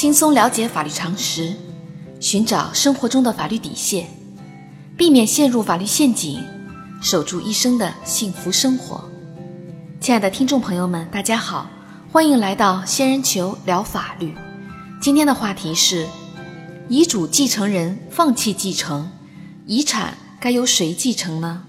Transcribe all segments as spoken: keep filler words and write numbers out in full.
轻松了解法律常识，寻找生活中的法律底线，避免陷入法律陷阱，守住一生的幸福生活。亲爱的听众朋友们，大家好，欢迎来到仙人球聊法律。今天的话题是遗嘱继承人放弃继承，遗产该由谁继承呢？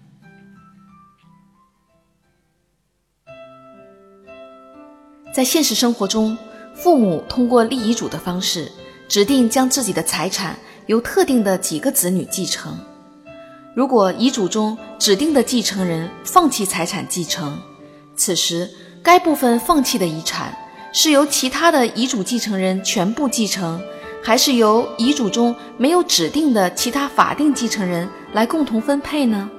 在现实生活中，父母通过立遗嘱的方式，指定将自己的财产由特定的几个子女继承。如果遗嘱中指定的继承人放弃财产继承，此时该部分放弃的遗产是由其他的遗嘱继承人全部继承，还是由遗嘱中没有指定的其他法定继承人来共同分配呢？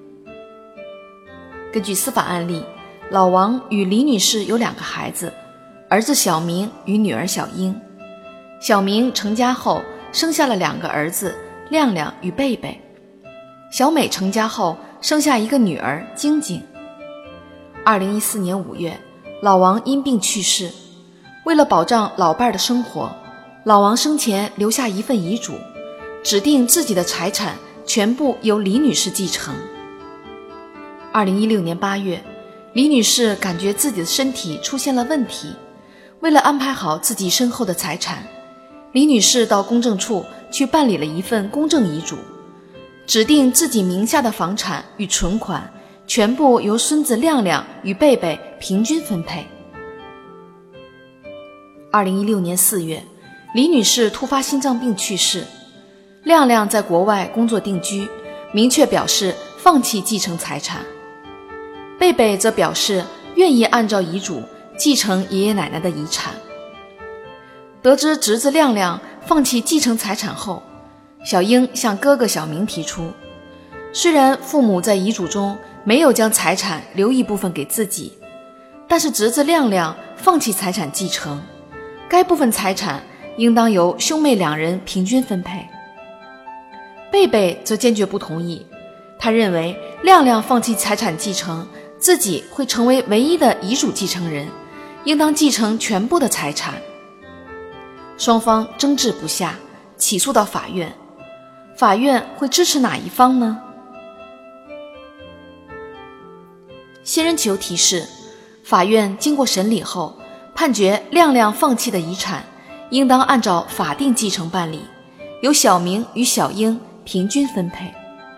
根据司法案例，老王与李女士有两个孩子，儿子小明与女儿小英。小明成家后生下了两个儿子，亮亮与贝贝。小美成家后生下一个女儿，晶晶。二零一四年五月，老王因病去世。为了保障老伴的生活，老王生前留下一份遗嘱，指定自己的财产全部由李女士继承。二零一六年八月，李女士感觉自己的身体出现了问题，为了安排好自己身后的财产，李女士到公证处去办理了一份公证遗嘱，指定自己名下的房产与存款全部由孙子亮亮与贝贝平均分配。二零一六年四月，李女士突发心脏病去世，亮亮在国外工作定居，明确表示放弃继承财产。贝贝则表示愿意按照遗嘱继承爷爷奶奶的遗产。得知侄子亮亮放弃继承财产后，小英向哥哥小明提出，虽然父母在遗嘱中没有将财产留一部分给自己，但是侄子亮亮放弃财产继承，该部分财产应当由兄妹两人平均分配。贝贝则坚决不同意，他认为亮亮放弃财产继承，自己会成为唯一的遗嘱继承人，应当继承全部的财产。双方争执不下，起诉到法院。法院会支持哪一方呢？仙人球提示，法院经过审理后，判决亮亮放弃的遗产应当按照法定继承办理，由小明与小英平均分配。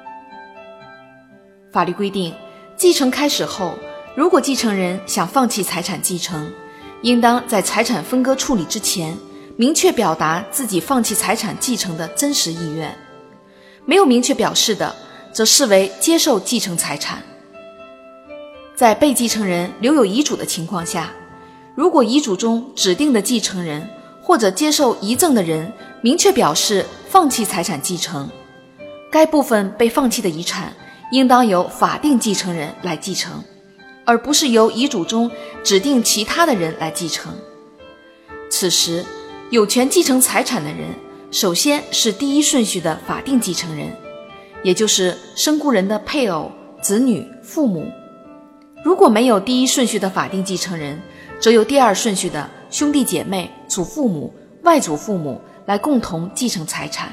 法律规定，继承开始后，如果继承人想放弃财产继承，应当在财产分割处理之前，明确表达自己放弃财产继承的真实意愿。没有明确表示的，则视为接受继承财产。在被继承人留有遗嘱的情况下，如果遗嘱中指定的继承人或者接受遗赠的人明确表示放弃财产继承，该部分被放弃的遗产应当由法定继承人来继承，而不是由遗嘱中指定其他的人来继承。此时，有权继承财产的人首先是第一顺序的法定继承人，也就是身故人的配偶、子女、父母。如果没有第一顺序的法定继承人，则由第二顺序的兄弟姐妹、祖父母、外祖父母来共同继承财产。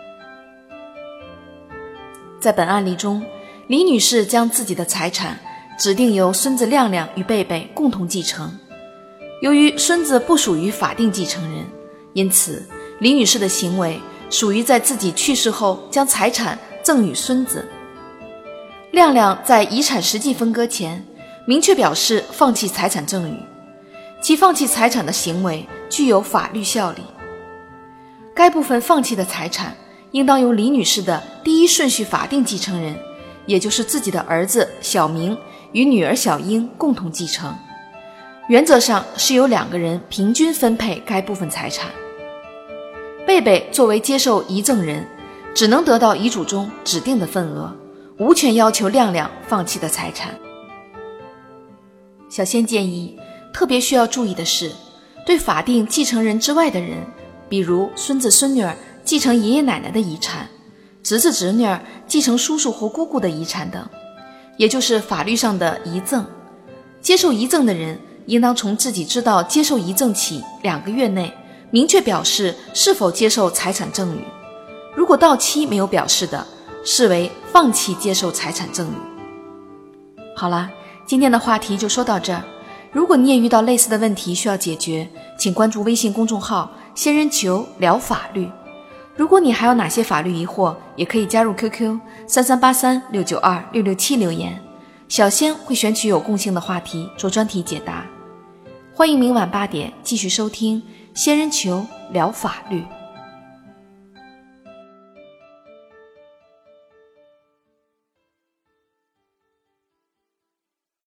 在本案例中，李女士将自己的财产指定由孙子亮亮与贝贝共同继承。由于孙子不属于法定继承人，因此李女士的行为属于在自己去世后将财产赠与孙子。亮亮在遗产实际分割前明确表示放弃财产赠与，其放弃财产的行为具有法律效力。该部分放弃的财产应当由李女士的第一顺序法定继承人，也就是自己的儿子小明与女儿小英共同继承，原则上是由两个人平均分配该部分财产。贝贝作为接受遗赠人，只能得到遗嘱中指定的份额，无权要求亮亮放弃的财产。小仙建议，特别需要注意的是，对法定继承人之外的人，比如孙子孙女儿继承爷爷奶奶的遗产，侄子侄女儿继承叔叔或姑姑的遗产等，也就是法律上的遗赠。接受遗赠的人应当从自己知道接受遗赠起两个月内明确表示是否接受财产赠与。如果到期没有表示的，视为放弃接受财产赠与。好了，今天的话题就说到这儿。如果你也遇到类似的问题需要解决，请关注微信公众号仙人球聊法律。如果你还有哪些法律疑惑，也可以加入 Q Q 三三八三六九二六六七留言，小仙会选取有共性的话题做专题解答。欢迎明晚八点继续收听仙人球聊法律。